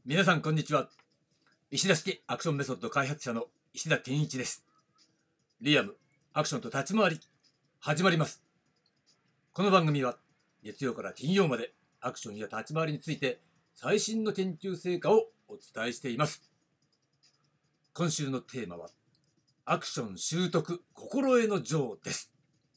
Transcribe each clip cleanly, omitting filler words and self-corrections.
皆さんこんにちは。石田式アクションメソッド開発者の石田健一です。リアムアクションと立ち回り始まります。この番組は月曜から金曜までアクションや立ち回りについて最新の研究成果をお伝えしています。今週のテーマはアクション習得心得の情です。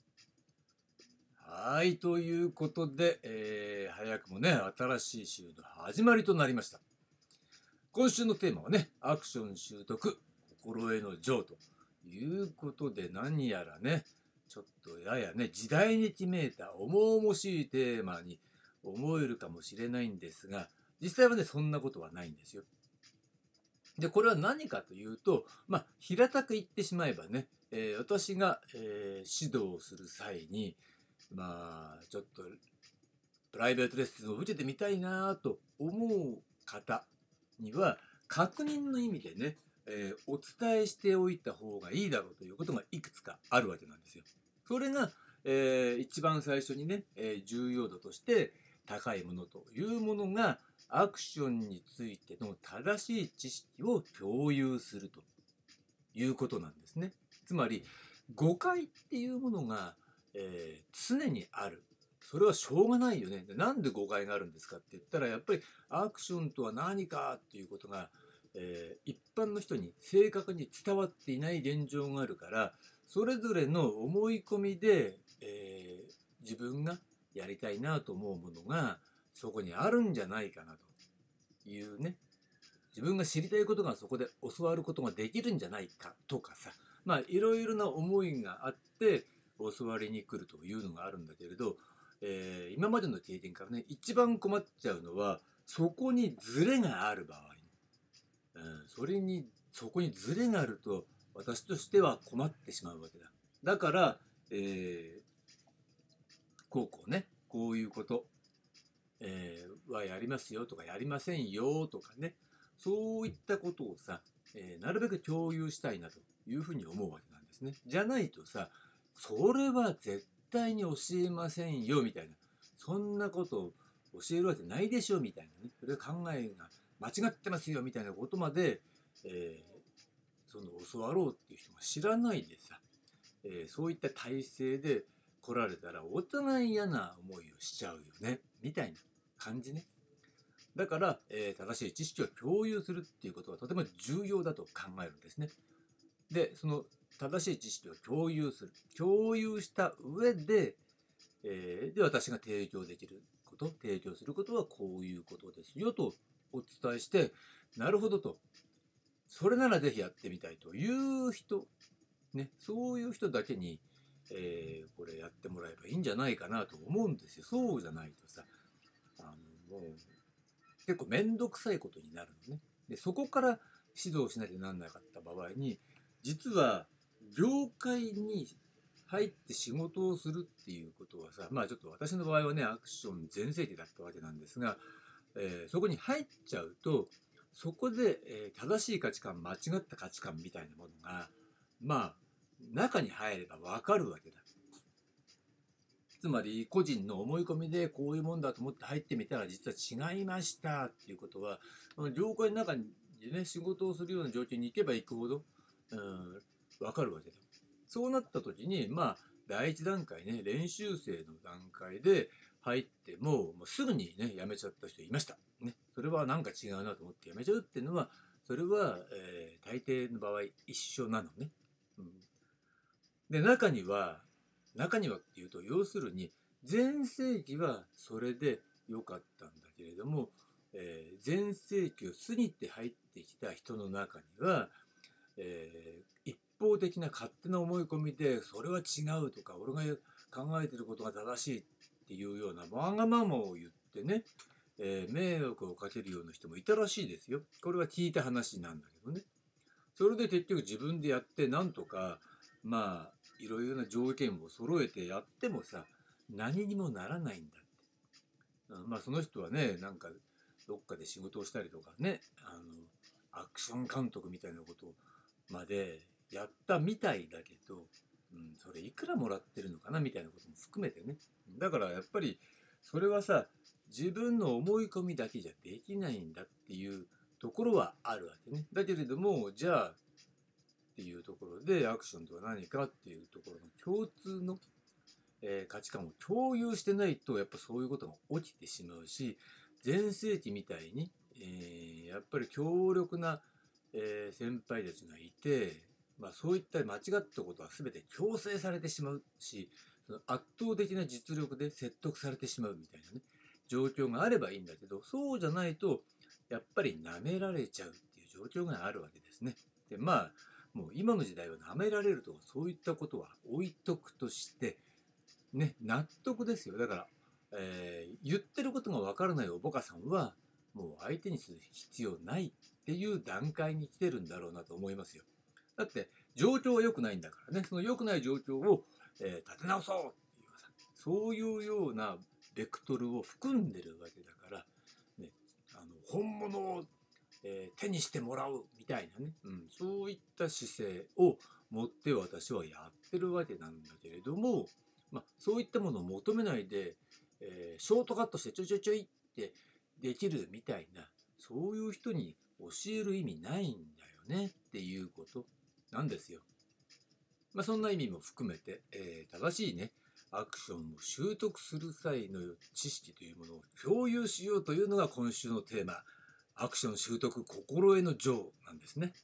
はい、ということで、早くもね新しい週の始まりとなりました。今週のテーマはね、アクション習得、心得の情ということで、何やらね、ちょっとややね、時代にめいた重々しいテーマに思えるかもしれないんですが、実際はね、そんなことはないんですよ。で、これは何かというと、平たく言ってしまえばね、私が、指導をする際に、ちょっとプライベートレッスンを受けてみたいなと思う方には確認の意味でね、お伝えしておいた方がいいだろうということがいくつかあるわけなんですよ。それが、一番最初にね、重要度として高いものというものがアクションについての正しい知識を共有するということなんですね。つまり誤解っていうものが、常にある。それはしょうがないよね。なんで誤解があるんですかって言ったらやっぱりアクションとは何かっていうことが、一般の人に正確に伝わっていない現状があるからそれぞれの思い込みで、自分がやりたいなと思うものがそこにあるんじゃないかなというね、自分が知りたいことがそこで教わることができるんじゃないかとかさ、いろいろな思いがあって教わりに来るというのがあるんだけれど、今までの経験からね一番困っちゃうのはそこにズレがある場合、そこにズレがあると私としては困ってしまうわけだ。だから、こうねこういうこと、はやりますよとかやりませんよとかね、そういったことをさ、なるべく共有したいなというふうに思うわけなんですね。じゃないとさ、それは絶対に教えませんよみたいな、そんなことを教えるわけないでしょみたいなね、それ考えが間違ってますよみたいなことまで、えその教わろうっていう人が知らないでさ、そういった体制で来られたらお互い嫌な思いをしちゃうよねみたいな感じね。だから、正しい知識を共有するっていうことはとても重要だと考えるんですね。でその正しい知識を共有する、共有した上で、私が提供できること、提供することはこういうことですよとお伝えして、なるほどと、それならぜひやってみたいという人ね、そういう人だけに、これやってもらえばいいんじゃないかなと思うんですよ。そうじゃないとさ、もう結構めんどくさいことになるのね。でそこから指導しなきゃなんなかった場合に、実は業界に入って仕事をするっていうことはさ、ちょっと私の場合はねアクション全盛期だったわけなんですが、そこに入っちゃうとそこで、正しい価値観間違った価値観みたいなものが中に入れば分かるわけだ。つまり個人の思い込みでこういうもんだと思って入ってみたら実は違いましたっていうことは、業界の中でね仕事をするような状況に行けば行くほど、分かるわけだ。そうなった時に第一段階ね練習生の段階で入ってもうすぐにね辞めちゃった人いました。ね、それはなんか違うなと思って辞めちゃうっていうのはそれは、大抵の場合一緒なのね。うん、で中にはっていうと要するに全盛期はそれで良かったんだけれども、全盛期を過ぎて入ってきた人の中には、一方的な勝手な思い込みでそれは違うとか俺が考えてることが正しいっていうようなわがままを言ってね、迷惑をかけるような人もいたらしいですよ。これは聞いた話なんだけどね。それで結局自分でやってなんとかいろいろな条件を揃えてやってもさ何にもならないんだって。その人はねなんかどっかで仕事をしたりとかね、アクション監督みたいなことまでやったみたいだけど、それいくらもらってるのかなみたいなことも含めてね。だからやっぱりそれはさ自分の思い込みだけじゃできないんだっていうところはあるわけね。だけれども、じゃあっていうところでアクションとは何かっていうところの共通の、価値観を共有してないとやっぱそういうことが起きてしまうし、前世紀みたいに、やっぱり強力な、先輩たちがいて、そういった間違ったことは全て強制されてしまうし、その圧倒的な実力で説得されてしまうみたいなね状況があればいいんだけど、そうじゃないとやっぱり舐められちゃうっていう状況があるわけですね。でもう今の時代は舐められるとかそういったことは置いとくとしてね、納得ですよ。だから、言ってることがわからないおバカさんはもう相手にする必要ないっていう段階に来てるんだろうなと思いますよ。だって状況は良くないんだからね、その良くない状況を、立て直そうっていうさ、そういうようなベクトルを含んでるわけだから、ね、本物を、手にしてもらうみたいなね、そういった姿勢を持って私はやってるわけなんだけれども、そういったものを求めないで、ショートカットしてちょいちょいちょいってできるみたいな、そういう人に教える意味ないんだよねっていうことなんですよ。そんな意味も含めて、正しいねアクションを習得する際の知識というものを共有しようというのが今週のテーマ、アクション習得心得の情なんですね。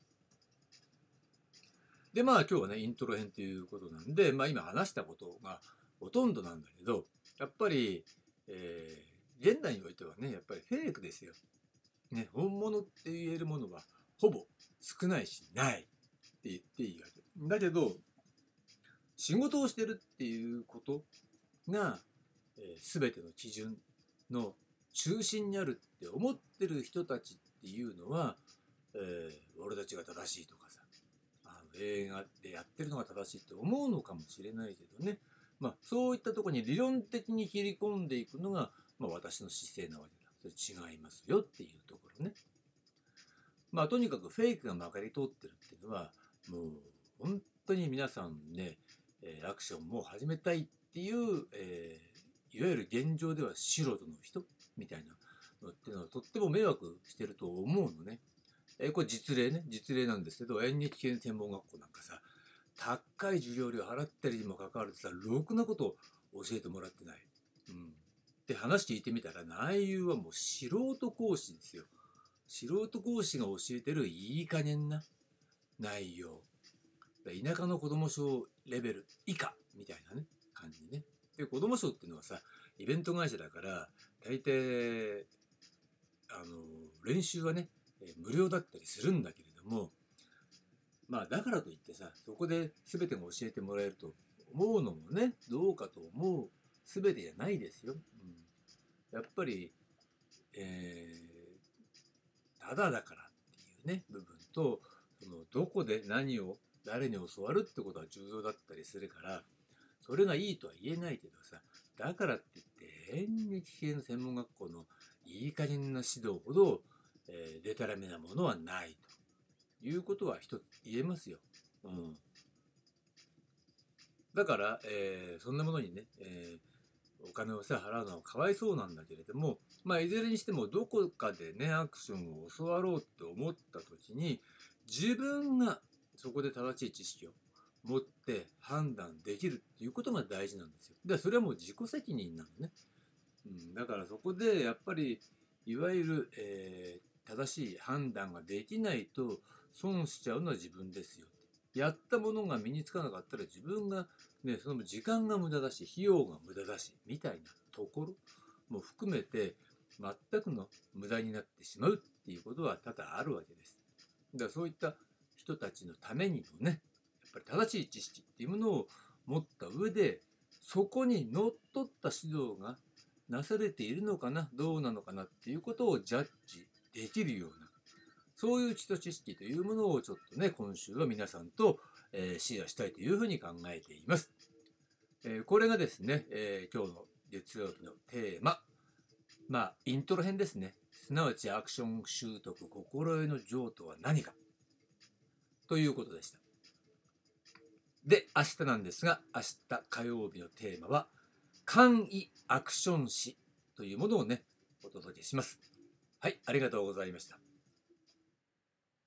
で今日はねイントロ編ということなんで、今話したことがほとんどなんだけど、やっぱり、現代においてはねやっぱりフェイクですよ。ね、本物って言えるものはほぼ少ないしないって言っていいわけだけど、仕事をしてるっていうことが、全ての基準の中心にあるって思ってる人たちっていうのは、俺たちが正しいとかさ、映画でやってるのが正しいって思うのかもしれないけどね、そういったところに理論的に切り込んでいくのが、私の姿勢なわけだ。それ違いますよっていうところね。とにかくフェイクがまかり通ってるっていうのはもう本当に皆さんね、アクションも始めたいっていう、いわゆる現状では素人の人みたいなのっていうのはとっても迷惑してると思うのね。これ実例なんですけど、演劇系専門学校なんかさ、高い授業料払ったりにもかかわらずさ、ろくなことを教えてもらってない。で話聞いてみたら内容はもう素人講師ですよ。素人講師が教えてるいい加減な内容。田舎の子供賞レベル以下みたいなね感じね。で子供賞っていうのはさイベント会社だから大抵練習はね無料だったりするんだけれども、だからといってさそこで全てが教えてもらえると思うのもねどうかと思う全てじゃないですよ。やっぱり、ただだからっていうね部分と、そのどこで何を誰に教わるってことは重要だったりするから、それがいいとは言えないけどさ、だからって言って演劇系の専門学校のいい加減な指導ほど、でたらめなものはないということは一つ言えますよ。だから、そんなものにね、お金をさ払うのはかわいそうなんだけれども、いずれにしてもどこかでねアクションを教わろうって思った時に自分がそこで正しい知識を持って判断できるっていうことが大事なんですよ。でそれはもう自己責任なのね。だからそこでやっぱりいわゆる、正しい判断ができないと損しちゃうのは自分ですよ。やったものが身につかなかったら自分がねその時間が無駄だし費用が無駄だしみたいなところも含めて全くの無駄になってしまうっていうことは多々あるわけです。だからそういった人たちのためにもねやっぱり正しい知識っていうものを持った上でそこにのっとった指導がなされているのかなどうなのかなっていうことをジャッジできるような、そういう基礎知識というものをちょっとね今週は皆さんと、シェアしたいというふうに考えています。これがですね、今日の月曜日のテーマ、イントロ編ですね。すなわちアクション習得心得の情とは何かということでした。で明日なんですが、明日火曜日のテーマは簡易アクション詩というものをねお届けします。はい、ありがとうございました。